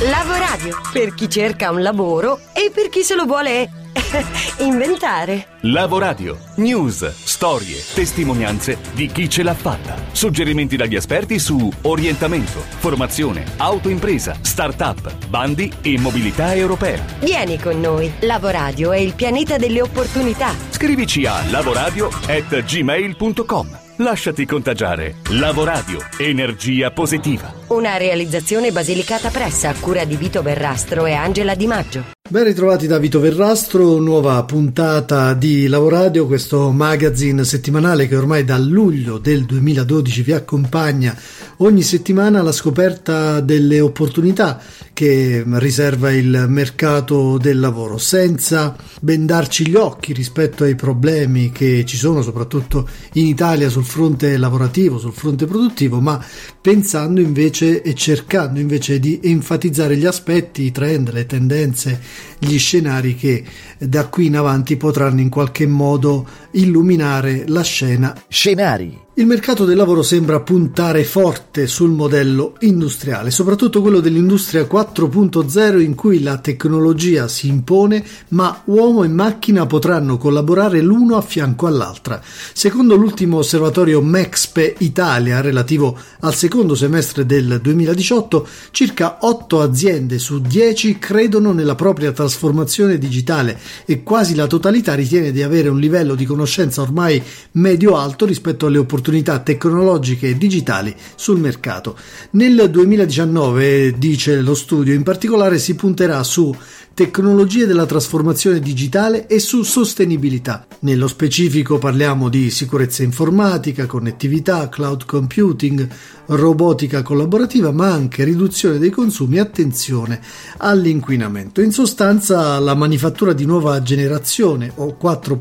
Lavoradio, per chi cerca un lavoro e per chi se lo vuole inventare. Lavoradio, news, storie, testimonianze di chi ce l'ha fatta. Suggerimenti dagli esperti su orientamento, formazione, autoimpresa, start-up, bandi e mobilità europea. Vieni con noi. Lavoradio è il pianeta delle opportunità. Scrivici a lavoradio@gmail.com. Lasciati contagiare. Lavoradio, energia positiva. Una realizzazione Basilicata Press a cura di Vito Verrastro e Angela Di Maggio. Ben ritrovati da Vito Verrastro, nuova puntata di Lavoradio, questo magazine settimanale che ormai dal luglio del 2012 vi accompagna ogni settimana alla scoperta delle opportunità che riserva il mercato del lavoro, senza bendarci gli occhi rispetto ai problemi che ci sono soprattutto in Italia sul fronte lavorativo, sul fronte produttivo, ma pensando invece e cercando invece di enfatizzare gli aspetti, i trend, le tendenze, gli scenari che da qui in avanti potranno in qualche modo illuminare la scena. Scenari. Il mercato del lavoro sembra puntare forte sul modello industriale, soprattutto quello dell'industria 4.0 in cui la tecnologia si impone, ma uomo e macchina potranno collaborare l'uno a fianco all'altra. Secondo l'ultimo osservatorio Mexpe Italia relativo al secondo semestre del 2018, circa 8 aziende su 10 credono nella propria trasformazione digitale e quasi la totalità ritiene di avere un livello di conoscenza ormai medio-alto rispetto alle opportunità tecnologiche e digitali sul mercato. Nel 2019, dice lo studio, in particolare si punterà su tecnologie della trasformazione digitale e su sostenibilità. Nello specifico parliamo di sicurezza informatica, connettività, cloud computing, robotica collaborativa, ma anche riduzione dei consumi e attenzione all'inquinamento. In sostanza, la manifattura di nuova generazione o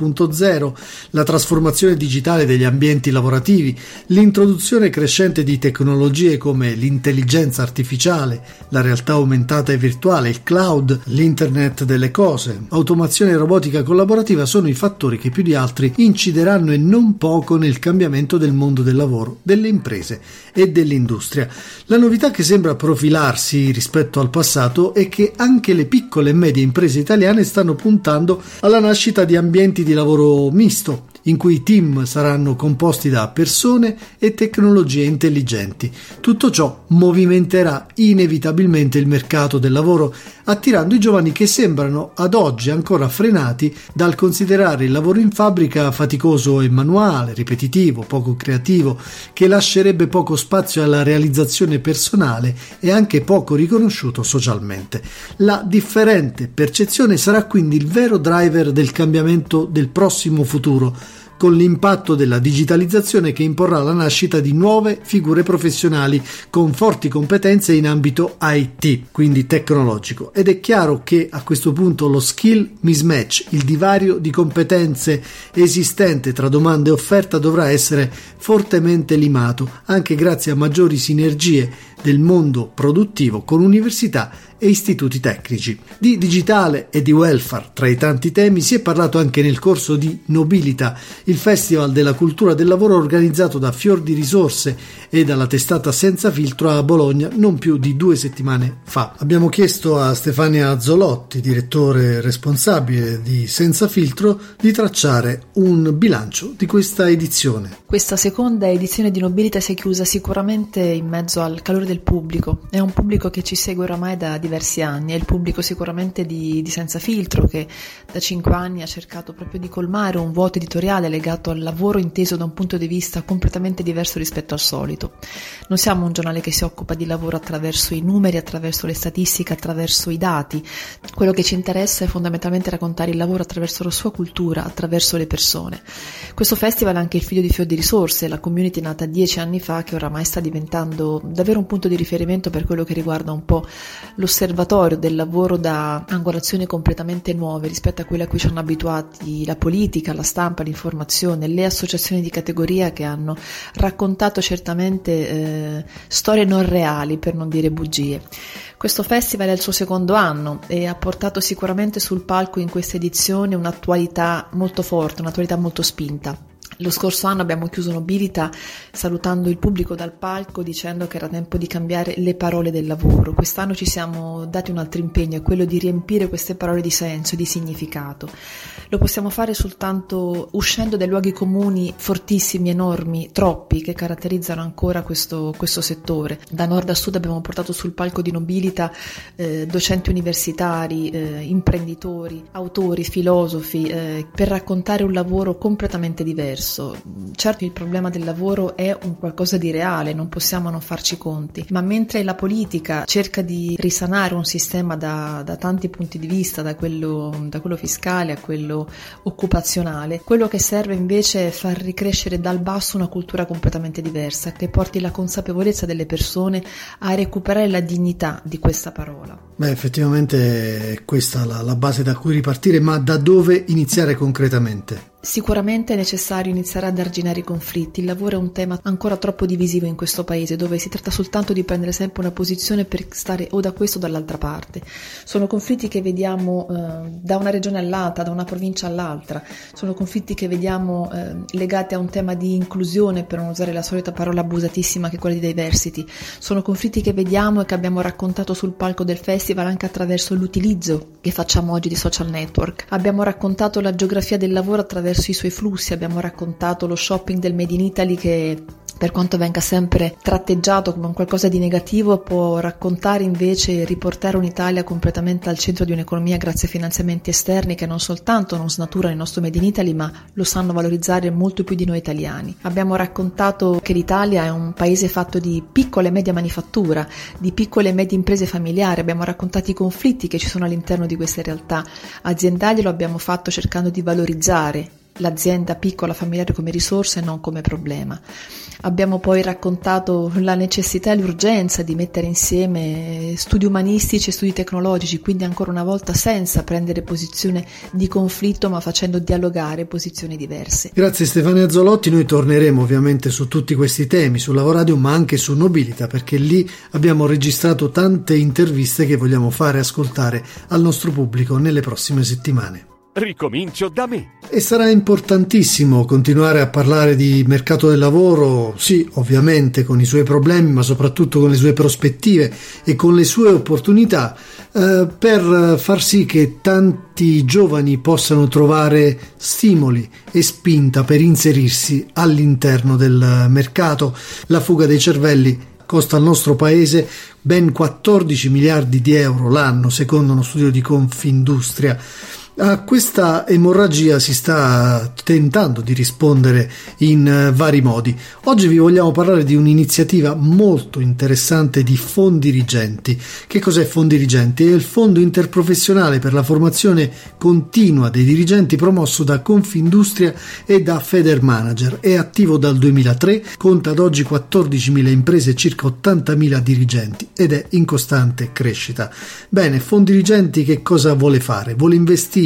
4.0, la trasformazione digitale degli ambienti lavorativi, l'introduzione crescente di tecnologie come l'intelligenza artificiale, la realtà aumentata e virtuale, il cloud, l'internet delle cose, automazione e robotica collaborativa sono i fattori che più di altri incideranno e non poco nel cambiamento del mondo del lavoro, delle imprese e dell'industria. La novità che sembra profilarsi rispetto al passato è che anche le piccole e medie imprese italiane stanno puntando alla nascita di ambienti di lavoro misto, in cui i team saranno composti da persone e tecnologie intelligenti. Tutto ciò movimenterà inevitabilmente il mercato del lavoro, attirando i giovani che sembrano ad oggi ancora frenati dal considerare il lavoro in fabbrica faticoso e manuale, ripetitivo, poco creativo, che lascerebbe poco spazio alla realizzazione personale e anche poco riconosciuto socialmente. La differente percezione sarà quindi il vero driver del cambiamento del prossimo futuro, con l'impatto della digitalizzazione che imporrà la nascita di nuove figure professionali con forti competenze in ambito IT, quindi tecnologico. Ed è chiaro che a questo punto lo skill mismatch, il divario di competenze esistente tra domanda e offerta, dovrà essere fortemente limato, anche grazie a maggiori sinergie del mondo produttivo con università e istituti tecnici. Di digitale e di welfare, tra i tanti temi, si è parlato anche nel corso di Nobilita, il festival della cultura del lavoro organizzato da Fior di Risorse e dalla testata Senza Filtro a Bologna non più di 2 settimane fa. Abbiamo chiesto a Stefania Zolotti, direttore responsabile di Senza Filtro, di tracciare un bilancio di questa edizione. Questa seconda edizione di Nobilita si è chiusa sicuramente in mezzo al calore del pubblico. È un pubblico che ci segue oramai da diversi anni, è il pubblico sicuramente di Senza Filtro, che da 5 anni ha cercato proprio di colmare un vuoto editoriale legato al lavoro inteso da un punto di vista completamente diverso rispetto al solito. Non siamo un giornale che si occupa di lavoro attraverso i numeri, attraverso le statistiche, attraverso i dati. Quello che ci interessa è fondamentalmente raccontare il lavoro attraverso la sua cultura, attraverso le persone. Questo festival è anche il figlio di Fior di Risorse, la community nata 10 anni fa che oramai sta diventando davvero un punto di riferimento per quello che riguarda un po' l'osservatorio del lavoro da angolazioni completamente nuove rispetto a quelle a cui ci hanno abituati la politica, la stampa, l'informazione, le associazioni di categoria che hanno raccontato certamente storie non reali, per non dire bugie. Questo festival è il suo secondo anno e ha portato sicuramente sul palco in questa edizione un'attualità molto forte, un'attualità molto spinta. Lo scorso anno abbiamo chiuso Nobilita salutando il pubblico dal palco dicendo che era tempo di cambiare le parole del lavoro. Quest'anno ci siamo dati un altro impegno, è quello di riempire queste parole di senso, di significato. Lo possiamo fare soltanto uscendo dai luoghi comuni fortissimi, enormi, troppi, che caratterizzano ancora questo settore. Da nord a sud abbiamo portato sul palco di Nobilita docenti universitari, imprenditori, autori, filosofi, per raccontare un lavoro completamente diverso. Certo, il problema del lavoro è un qualcosa di reale, non possiamo non farci conti, ma mentre la politica cerca di risanare un sistema da tanti punti di vista, da quello fiscale a quello occupazionale, quello che serve invece è far ricrescere dal basso una cultura completamente diversa, che porti la consapevolezza delle persone a recuperare la dignità di questa parola. Beh, effettivamente è questa la base da cui ripartire, ma da dove iniziare concretamente? Sicuramente è necessario iniziare ad arginare i conflitti. Il lavoro è un tema ancora troppo divisivo in questo paese, dove si tratta soltanto di prendere sempre una posizione per stare o da questa o dall'altra parte. Sono conflitti che vediamo da una regione all'altra, da una provincia all'altra. Sono conflitti che vediamo legati a un tema di inclusione, per non usare la solita parola abusatissima che è quella di diversity. Sono conflitti che vediamo e che abbiamo raccontato sul palco del festival anche attraverso l'utilizzo che facciamo oggi di social network. Abbiamo raccontato la geografia del lavoro attraverso i suoi flussi, abbiamo raccontato lo shopping del Made in Italy che, per quanto venga sempre tratteggiato come un qualcosa di negativo, può raccontare invece e riportare un'Italia completamente al centro di un'economia grazie a finanziamenti esterni che non soltanto non snaturano il nostro Made in Italy, ma lo sanno valorizzare molto più di noi italiani. Abbiamo raccontato che l'Italia è un paese fatto di piccola e media manifattura, di piccole e medie imprese familiari, abbiamo raccontato i conflitti che ci sono all'interno di queste realtà aziendali, lo abbiamo fatto cercando di valorizzare l'azienda piccola familiare come risorsa e non come problema. Abbiamo poi raccontato la necessità e l'urgenza di mettere insieme studi umanistici e studi tecnologici, quindi ancora una volta senza prendere posizione di conflitto ma facendo dialogare posizioni diverse. Grazie Stefania Zolotti, noi torneremo ovviamente su tutti questi temi, su Lavoradio ma anche su Nobilita, perché lì abbiamo registrato tante interviste che vogliamo fare ascoltare al nostro pubblico nelle prossime settimane. Ricomincio da me. E sarà importantissimo continuare a parlare di mercato del lavoro, sì, ovviamente con i suoi problemi, ma soprattutto con le sue prospettive e con le sue opportunità, per far sì che tanti giovani possano trovare stimoli e spinta per inserirsi all'interno del mercato. La fuga dei cervelli costa al nostro paese ben 14 miliardi di euro l'anno, secondo uno studio di Confindustria. A questa emorragia si sta tentando di rispondere in vari modi. Oggi vi vogliamo parlare di un'iniziativa molto interessante di Fondirigenti. Che cos'è Fondirigenti? È il fondo interprofessionale per la formazione continua dei dirigenti promosso da Confindustria e da Federmanager. È attivo dal 2003, conta ad oggi 14.000 imprese e circa 80.000 dirigenti ed è in costante crescita. Bene, Fondirigenti che cosa vuole fare? Vuole investire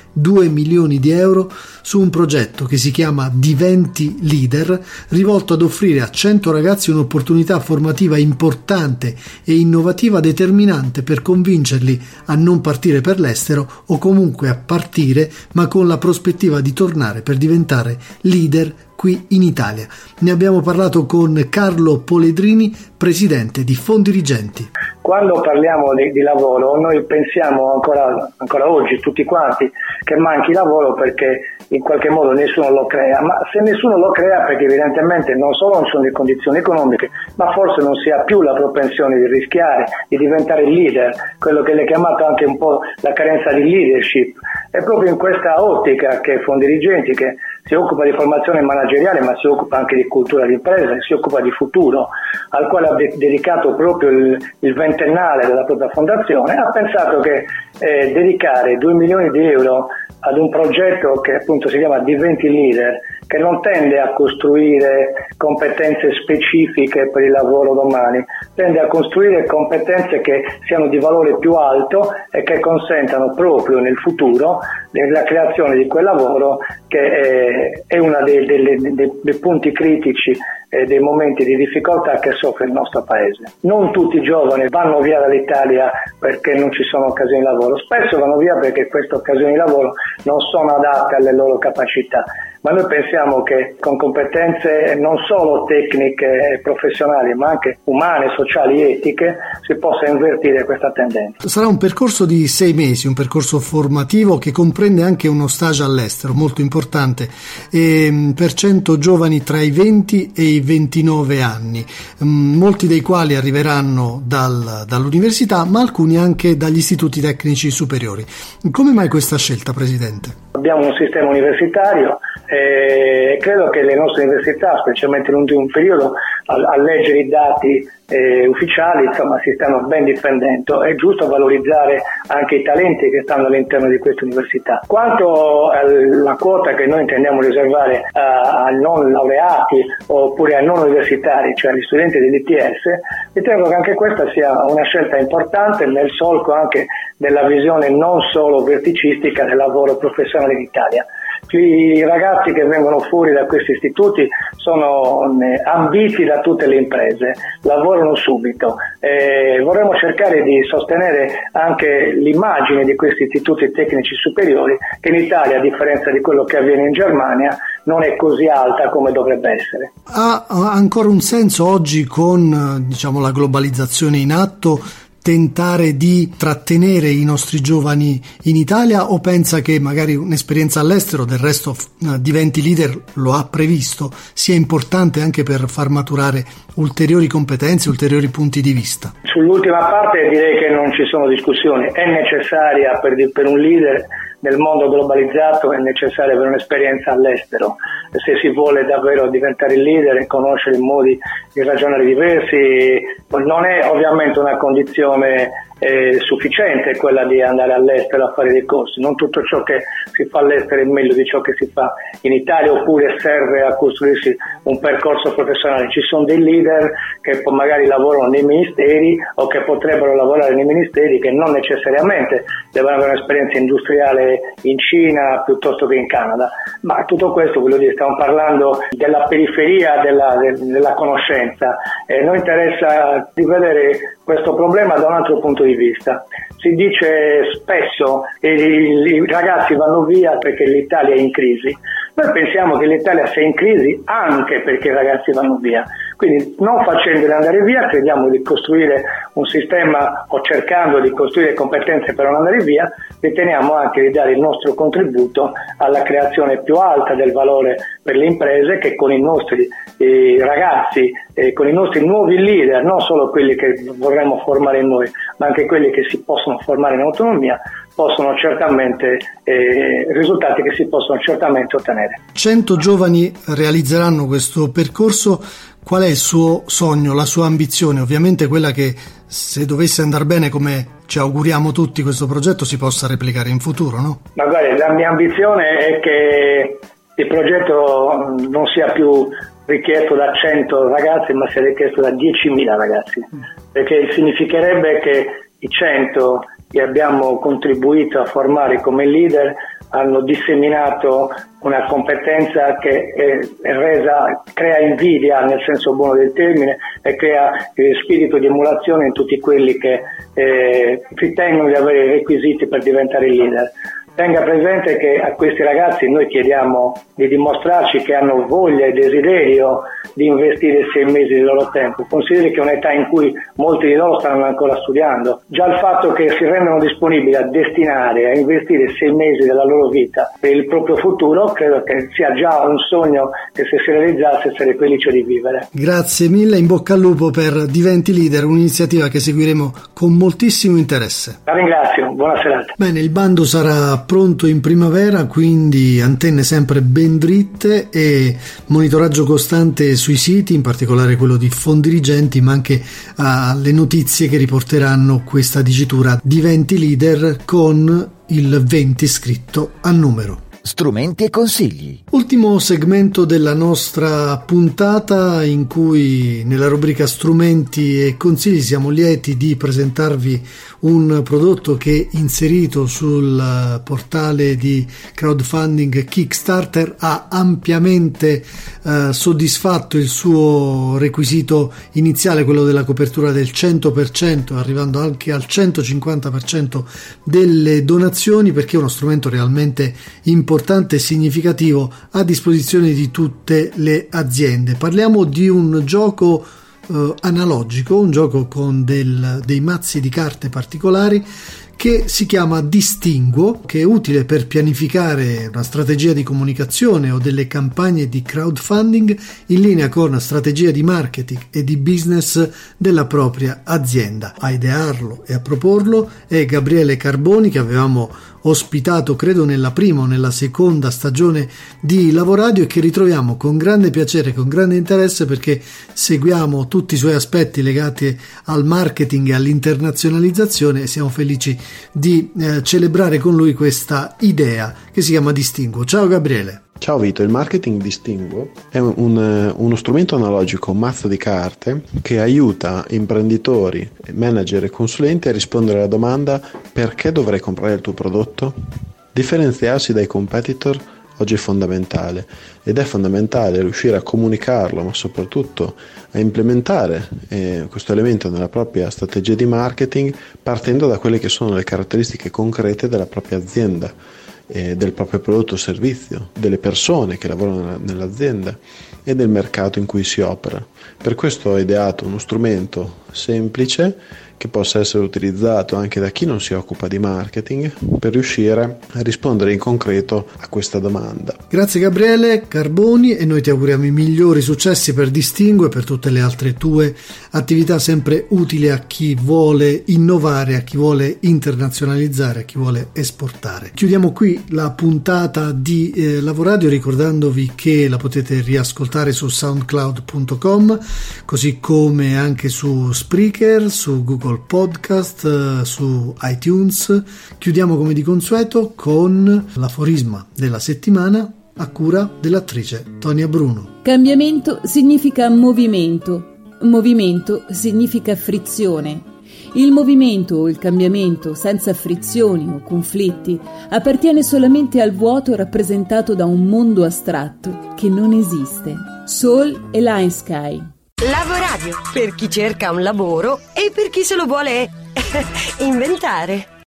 2 milioni di euro su un progetto che si chiama Diventi Leader, rivolto ad offrire a 100 ragazzi un'opportunità formativa importante e innovativa determinante per convincerli a non partire per l'estero o comunque a partire, ma con la prospettiva di tornare per diventare leader qui in Italia. Ne abbiamo parlato con Carlo Poledrini, presidente di Fondirigenti. Quando parliamo di lavoro, noi pensiamo ancora oggi tutti quanti che manchi lavoro perché in qualche modo nessuno lo crea, ma se nessuno lo crea perché evidentemente non solo non sono le condizioni economiche, ma forse non si ha più la propensione di rischiare, di diventare leader, quello che l'è chiamato anche un po' la carenza di leadership. È proprio in questa ottica che Fondirigenti, che si occupa di formazione manageriale ma si occupa anche di cultura di impresa, si occupa di futuro, al quale ha dedicato proprio il ventennale della propria fondazione, ha pensato che dedicare 2 milioni di euro ad un progetto che appunto si chiama Diventi Leader, che non tende a costruire competenze specifiche per il lavoro domani, tende a costruire competenze che siano di valore più alto e che consentano proprio nel futuro la creazione di quel lavoro che è uno dei punti critici e dei momenti di difficoltà che soffre il nostro paese. Non tutti i giovani vanno via dall'Italia perché non ci sono occasioni di lavoro, spesso vanno via perché queste occasioni di lavoro non sono adatte alle loro capacità. ma noi pensiamo che con competenze non solo tecniche e professionali, ma anche umane, sociali e etiche, si possa invertire questa tendenza. Sarà un percorso di 6 mesi, un percorso formativo che comprende anche uno stage all'estero, molto importante, per 100 giovani tra i 20 e i 29 anni, molti dei quali arriveranno dall'università, ma alcuni anche dagli istituti tecnici superiori. Come mai questa scelta, Presidente? Abbiamo un sistema universitario e credo che le nostre università, specialmente nell'ultimo periodo, a leggere i dati ufficiali, insomma, si stanno ben difendendo. È giusto valorizzare anche i talenti che stanno all'interno di queste università. Quanto alla quota che noi intendiamo riservare a non laureati oppure a non universitari, cioè agli studenti dell'ITS, ritengo che anche questa sia una scelta importante nel solco anche della visione non solo verticistica del lavoro professionale in Italia. I ragazzi che vengono fuori da questi istituti sono ambiti da tutte le imprese, lavorano subito. Vorremmo cercare di sostenere anche l'immagine di questi istituti tecnici superiori, che in Italia, a differenza di quello che avviene in Germania, non è così alta come dovrebbe essere. Ha ancora un senso oggi con, la globalizzazione in atto, tentare di trattenere i nostri giovani in Italia, o pensa che magari un'esperienza all'estero, del resto Diventi Leader lo ha previsto, sia importante anche per far maturare ulteriori competenze, ulteriori punti di vista? Sull'ultima parte direi che non ci sono discussioni, è necessaria per un leader nel mondo globalizzato, è necessaria per un'esperienza all'estero. Se si vuole davvero diventare leader e conoscere i modi di ragionare diversi, non è ovviamente una condizione sufficiente quella di andare all'estero a fare dei corsi. Non tutto ciò che si fa all'estero è meglio di ciò che si fa in Italia, oppure serve a costruirsi un percorso professionale. Ci sono dei leader che magari lavorano nei ministeri o che potrebbero lavorare nei ministeri, che non necessariamente devono avere un'esperienza industriale in Cina piuttosto che in Canada. Ma tutto questo, voglio dire, stiamo parlando della periferia della conoscenza, e noi interessa di vedere questo problema da un altro punto di vista. Si dice spesso che i ragazzi vanno via perché l'Italia è in crisi. Noi pensiamo che l'Italia sia in crisi anche perché i ragazzi vanno via. Quindi, non facendoli andare via, crediamo di costruire un sistema, o cercando di costruire competenze per non andare via, riteniamo anche di dare il nostro contributo alla creazione più alta del valore per le imprese, che con i nostri ragazzi, con i nostri nuovi leader, non solo quelli che vorremmo formare noi, ma anche quelli che si possono formare in autonomia, possono certamente risultati che si possono certamente ottenere. 100 giovani realizzeranno questo percorso. Qual è il suo sogno, la sua ambizione? Ovviamente quella che, se dovesse andare bene, come ci auguriamo tutti, questo progetto si possa replicare in futuro, no? Ma guarda, la mia ambizione è che il progetto non sia più richiesto da 100 ragazzi, ma sia richiesto da 10.000 ragazzi, perché significherebbe che i 100 che abbiamo contribuito a formare come leader hanno disseminato una competenza che crea invidia nel senso buono del termine, e crea spirito di emulazione in tutti quelli che ritengono di avere i requisiti per diventare leader. Tenga presente che a questi ragazzi noi chiediamo di dimostrarci che hanno voglia e desiderio di investire 6 mesi del loro tempo. Consideri che è un'età in cui molti di loro stanno ancora studiando. Già il fatto che si rendano disponibili a destinare, a investire 6 mesi della loro vita per il proprio futuro, credo che sia già un sogno che, se si realizzasse, sarei felice di vivere. Grazie mille, in bocca al lupo per Diventi Leader, un'iniziativa che seguiremo con moltissimo interesse. La ringrazio, buona serata. Bene, il bando sarà pronto in primavera, quindi antenne sempre ben dritte e monitoraggio costante sui siti, in particolare quello di Fondirigenti, ma anche alle notizie che riporteranno questa dicitura Diventi Leader con il 20 scritto a numero. Strumenti e consigli. Ultimo segmento della nostra puntata, in cui nella rubrica strumenti e consigli siamo lieti di presentarvi un prodotto che, inserito sul portale di crowdfunding Kickstarter, ha ampiamente soddisfatto il suo requisito iniziale, quello della copertura del 100%, arrivando anche al 150% delle donazioni, perché è uno strumento realmente importante importante e significativo a disposizione di tutte le aziende. Parliamo di un gioco analogico, un gioco con dei mazzi di carte particolari che si chiama Distinguo, che è utile per pianificare una strategia di comunicazione o delle campagne di crowdfunding in linea con una strategia di marketing e di business della propria azienda. A idearlo e a proporlo è Gabriele Carboni, che avevamo ospitato credo nella prima o nella seconda stagione di Lavoradio e che ritroviamo con grande piacere, con grande interesse, perché seguiamo tutti i suoi aspetti legati al marketing e all'internazionalizzazione e siamo felici di celebrare con lui questa idea che si chiama Distinguo. Ciao Gabriele. Ciao Vito, il marketing Distinguo è uno strumento analogico, un mazzo di carte che aiuta imprenditori, manager e consulenti a rispondere alla domanda: perché dovrei comprare il tuo prodotto? Differenziarsi dai competitor oggi è fondamentale, ed è fondamentale riuscire a comunicarlo, ma soprattutto a implementare questo elemento nella propria strategia di marketing, partendo da quelle che sono le caratteristiche concrete della propria azienda, del proprio prodotto o servizio, delle persone che lavorano nell'azienda e del mercato in cui si opera. Per questo ho ideato uno strumento semplice che possa essere utilizzato anche da chi non si occupa di marketing per riuscire a rispondere in concreto a questa domanda. Grazie Gabriele Carboni, e noi ti auguriamo i migliori successi per Distinguo e per tutte le altre tue attività, sempre utili a chi vuole innovare, a chi vuole internazionalizzare, a chi vuole esportare. Chiudiamo qui la puntata di Lavoradio ricordandovi che la potete riascoltare su soundcloud.com, così come anche su Spreaker, su Google Podcast, su iTunes. Chiudiamo come di consueto con l'aforisma della settimana a cura dell'attrice Tonia Bruno. Cambiamento significa movimento, movimento significa frizione. Il movimento o il cambiamento senza frizioni o conflitti appartiene solamente al vuoto rappresentato da un mondo astratto che non esiste. Soul e Line Sky. Lavoradio, per chi cerca un lavoro e per chi se lo vuole inventare.